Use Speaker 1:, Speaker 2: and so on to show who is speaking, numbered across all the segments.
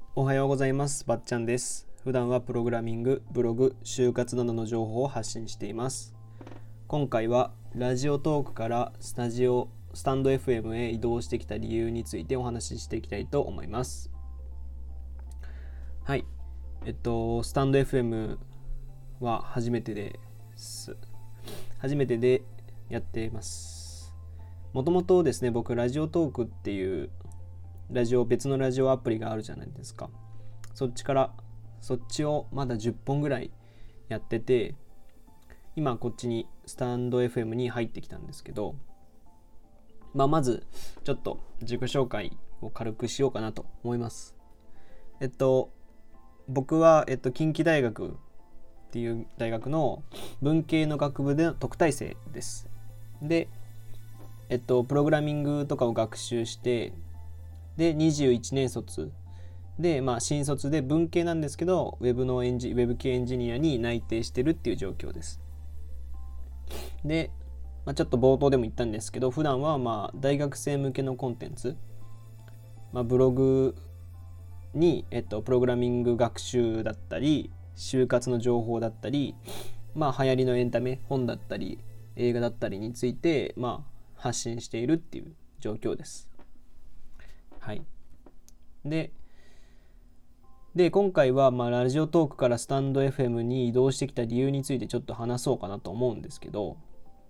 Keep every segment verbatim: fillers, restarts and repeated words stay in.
Speaker 1: おはようございます。ばっちゃんです。普段はプログラミング、ブログ、就活などの情報を発信しています。今回はラジオトークからスタジオ、スタンド エフエム へ移動してきた理由についてお話ししていきたいと思います。はい。えっと、スタンド エフエム は初めてです。初めてでやっています。もともとですね、僕ラジオトークっていうラジオ別のラジオアプリがあるじゃないですか。そっちからそっちをまだじゅっぽんぐらいやってて、今こっちにスタンド エフエム に入ってきたんですけど、まあまずちょっと自己紹介を軽くしようかなと思います。えっと僕はえっと近畿大学っていう大学の文系の学部での特待生です。で、えっとプログラミングとかを学習して、でにじゅういちねん卒で、まあ、新卒で文系なんですけど、ウェブのエンジウェブ系エンジニアに内定してるっていう状況です。で、まあ、ちょっと冒頭でも言ったんですけど、普段はまあ大学生向けのコンテンツ、まあ、ブログに、えっと、プログラミング学習だったり、就活の情報だったり、まあ、流行りのエンタメ、本だったり、映画だったりについて、まあ、発信しているっていう状況です。はい。で、で今回はまあラジオトークからスタンド エフエム に移動してきた理由についてちょっと話そうかなと思うんですけど、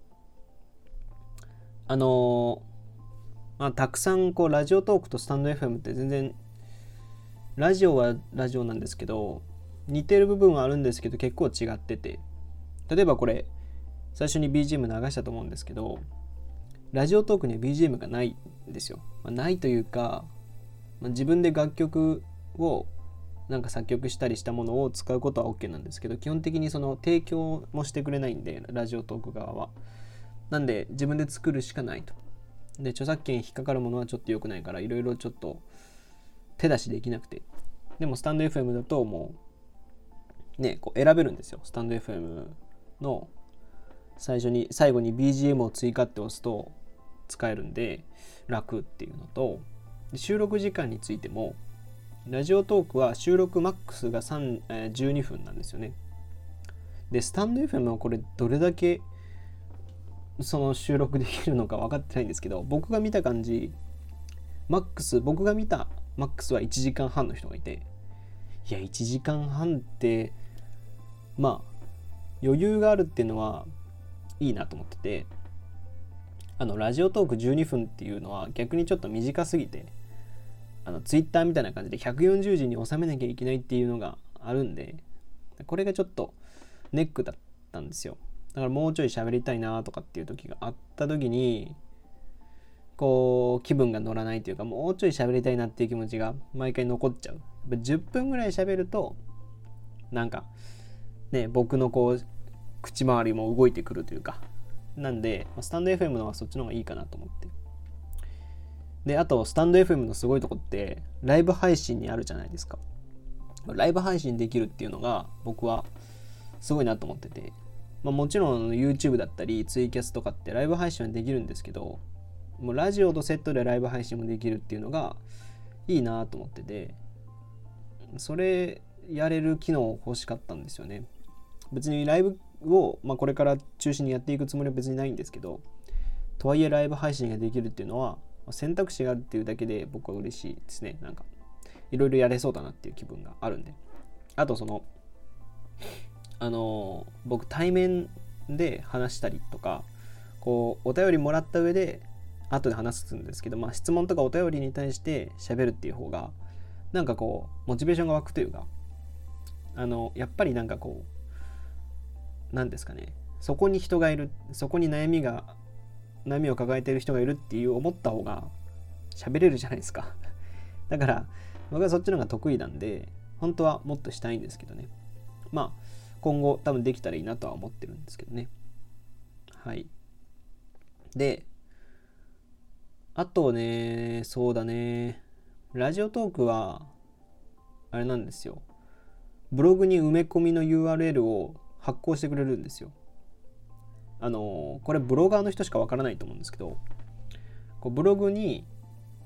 Speaker 1: あのーまあ、たくさんこうラジオトークとスタンド エフエム って全然ラジオはラジオなんですけど似てる部分はあるんですけど結構違ってて、例えばこれ最初に ビージーエム 流したと思うんですけど、ラジオトークには ビージーエム がないんですよ。まあ、ないというか、まあ、自分で楽曲をなんか作曲したりしたものを使うことは OK なんですけど、基本的にその提供もしてくれないんで、ラジオトーク側は。なんで自分で作るしかないと。で、著作権引っかかるものはちょっと良くないから、いろいろちょっと手出しできなくて。でもスタンド エフエム だともうね、こう選べるんですよ。スタンド エフエム の最初に、最後に ビージーエム を追加って押すと使えるんで楽っていうのと、収録時間についてもラジオトークは収録マックスがさん、えー、じゅうにふんなんですよね。で、スタンド エフエム はこれどれだけその収録できるのか分かってないんですけど、僕が見た感じ、マックス、僕が見たマックスはいちじかんはんの人がいて、いや、いちじかんはんって、まあ、余裕があるっていうのはいいなと思ってて、あの、ラジオトークじゅうにふんっていうのは逆にちょっと短すぎて、あのツイッターみたいな感じでひゃくよんじゅうじに収めなきゃいけないっていうのがあるんで、これがちょっとネックだったんですよ。だからもうちょい喋りたいなとかっていう時があった時に、こう気分が乗らないというか、もうちょい喋りたいなっていう気持ちが毎回残っちゃう。やっぱじゅっぷんぐらい喋るとなんかね、僕のこう口周りも動いてくるというか、なんでスタンド エフエム のはそっちの方がいいかなと思って。で、あとスタンド エフエム のすごいとこってライブ配信にあるじゃないですか。ライブ配信できるっていうのが僕はすごいなと思ってて、まあ、もちろん YouTube だったりツイキャスとかってライブ配信はできるんですけど、もうラジオとセットでライブ配信もできるっていうのがいいなと思ってて、それやれる機能欲しかったんですよね。別にライブを、まあ、これから中心にやっていくつもりは別にないんですけど、とはいえライブ配信ができるっていうのは選択肢があるっていうだけで僕は嬉しいですね。なんかいろいろやれそうだなっていう気分があるんで。あとそのあのー、僕対面で話したりとか、こうお便りもらった上で後で話すんですけど、まあ、質問とかお便りに対して喋るっていう方がなんかこうモチベーションが湧くというか、あのやっぱりなんかこうなんですかね、そこに人がいる、そこに悩みが悩みを抱えている人がいるっていう思った方が喋れるじゃないですか。だから僕はそっちの方が得意なんで、本当はもっとしたいんですけどね。まあ今後多分できたらいいなとは思ってるんですけどね。はい。で、あとね、そうだね、ラジオトークはあれなんですよ。ブログに埋め込みの ユーアールエル を発行してくれるんですよ。あのこれブロガーの人しかわからないと思うんですけど、こうブログに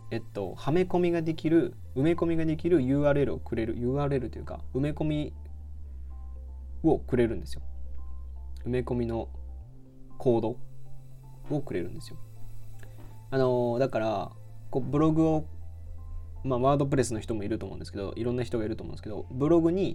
Speaker 1: えっと、はめ込みができる、埋め込みができる ユーアールエル をくれる、ユーアールエル というか、埋め込みをくれるんですよ。埋め込みのコードをくれるんですよ。あのー、だから、こうブログを、まあ、ワードプレスの人もいると思うんですけど、いろんな人がいると思うんですけど、ブログに、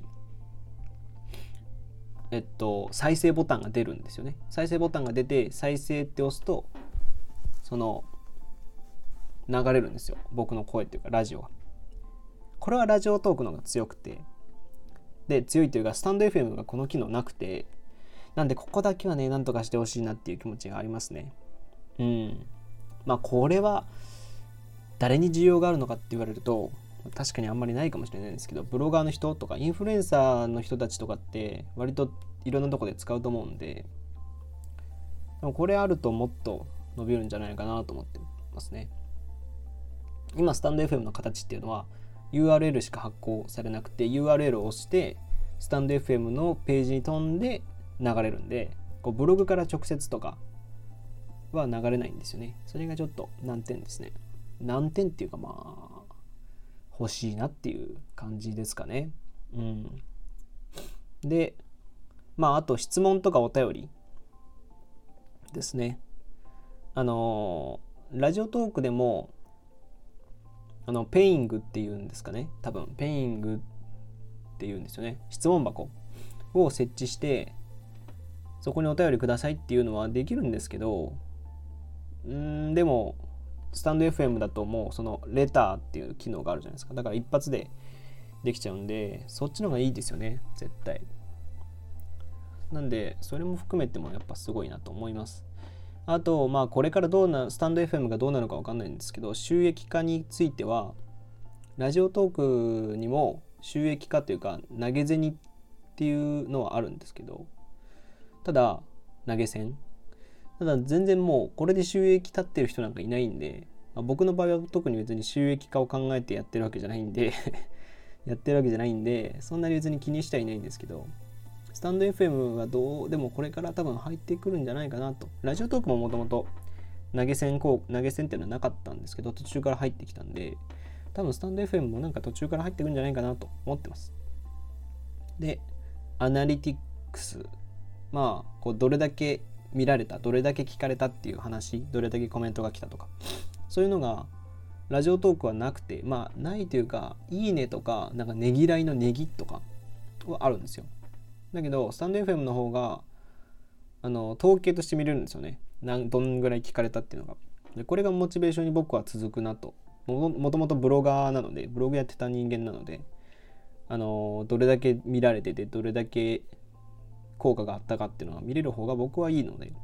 Speaker 1: えっと、再生ボタンが出るんですよね。再生ボタンが出て、再生って押すと、その、流れるんですよ。僕の声っていうか、ラジオが。これはラジオトークの方が強くて、で、強いというか、スタンド エフエム がこの機能なくて、なんで、ここだけはね、なんとかしてほしいなっていう気持ちがありますね。うん。まあ、これは、誰に需要があるのかって言われると、確かにあんまりないかもしれないんですけど、ブロガーの人とか、インフルエンサーの人たちとかって、割といろんなとこで使うと思うんで、でもこれあるともっと伸びるんじゃないかなと思ってますね。今スタンド エフエム の形っていうのは ユーアールエル しか発行されなくて ユーアールエル を押してスタンド エフエム のページに飛んで流れるんで、こうブログから直接とかは流れないんですよね。それがちょっと難点ですね。難点っていうかまあ欲しいなっていう感じですかね。うん。で、まああと質問とかお便りですね。あのラジオトークでもあのペイングっていうんですかね、多分ペイングっていうんですよね。質問箱を設置してそこにお便りくださいっていうのはできるんですけど、うーんでもスタンド エフエム だともうそのレターっていう機能があるじゃないですか。だから一発でできちゃうんで、そっちの方がいいですよね、絶対。なんでそれも含めてもやっぱすごいなと思います。あと、まあこれからどうな、スタンド エフエム がどうなるかわかんないんですけど、収益化については、ラジオトークにも収益化というか、投げ銭っていうのはあるんですけど、ただ、投げ銭ただ全然もうこれで収益立ってる人なんかいないんで、まあ、僕の場合は特に別に収益化を考えてやってるわけじゃないんでやってるわけじゃないんで、そんなに別に気にしてはいないんですけど、スタンド エフエム はどうでもこれから多分入ってくるんじゃないかなと。ラジオトークももともと投げ銭こう投げ銭っていうのはなかったんですけど、途中から入ってきたんで、多分スタンド エフエム もなんか途中から入ってくるんじゃないかなと思ってます。で、アナリティクス、まあこうどれだけ見られた、どれだけ聞かれたっていう話、どれだけコメントが来たとか、そういうのがラジオトークはなくて、まあないというか、いいねとかなんかねぎらいのねぎとかはあるんですよ。だけどスタンド エフエム の方があの統計として見れるんですよね。なんどんぐらい聞かれたっていうのが。でこれがモチベーションに僕は続くなと。も, もともとブロガーなので、ブログやってた人間なので、あのどれだけ見られててどれだけ効果があったかっていうのは見れる方が僕はいいので。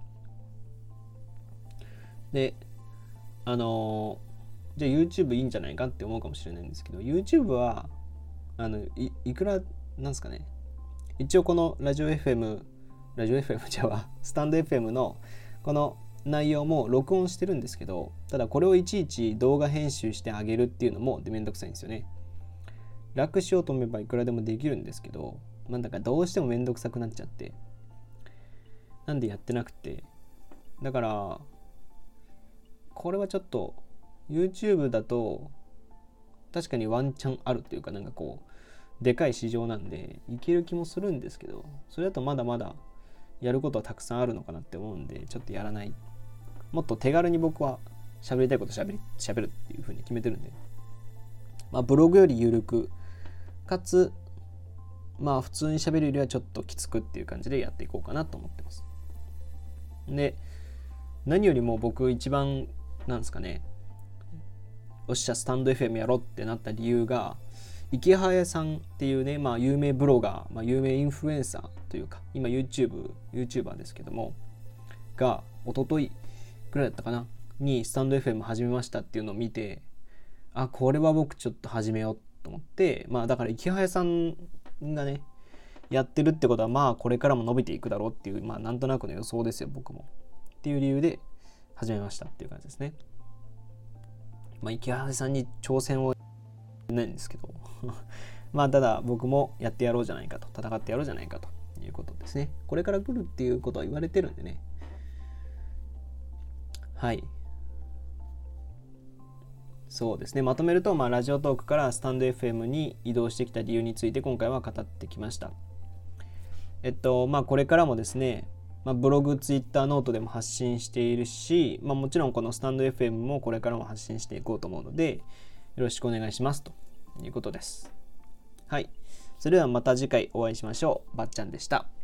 Speaker 1: で、あのじゃあ YouTube いいんじゃないかって思うかもしれないんですけど、 YouTube はあの い, いくらなんですかね、一応このラジオ エフエム ラジオ エフエム じゃあスタンド エフエム のこの内容も録音してるんですけど、ただこれをいちいち動画編集してあげるっていうのもめんどくさいんですよね。楽しようと思えばいくらでもできるんですけど、なんだかどうしてもめんどくさくなっちゃって、なんでやってなくて、だからこれはちょっと YouTube だと確かにワンチャンあるというか、なんかこうでかい市場なんでいける気もするんですけど、それだとまだまだやることはたくさんあるのかなって思うんで、ちょっとやらない。もっと手軽に僕は喋りたいこと喋り喋るっていう風に決めてるんで、まあブログより緩くかつまあ普通に喋るよりはちょっときつくっていう感じでやっていこうかなと思ってます。で、何よりも僕一番なんですかね、おっしゃスタンド エフエム やろってなった理由が、池早さんっていうね、まあ有名ブロガー、まあ、有名インフルエンサーというか、今 YouTube、YouTuber ですけども、が一昨日くらいだったかなにスタンド エフエム 始めましたっていうのを見て、あ、これは僕ちょっと始めようと思って、まあだから池早さんがねやってるってことは、まあこれからも伸びていくだろうっていう、まあなんとなくの予想ですよ、僕もっていう理由で始めましたっていう感じですね。まあ池早さんに挑戦をないんですけどまあただ僕もやってやろうじゃないかと、戦ってやろうじゃないかということですね。これから来るっていうことは言われてるんでね。はい。 そうですね、まとめると、まあ、ラジオトークからスタンド エフエム に移動してきた理由について今回は語ってきました。えっとまあこれからもですね、まあ、ブログ、ツイッター、ノートでも発信しているし、まあ、もちろんこのスタンド エフエム もこれからも発信していこうと思うので、よろしくお願いしますということです。はい。それではまた次回お会いしましょう。ばっちゃんでした。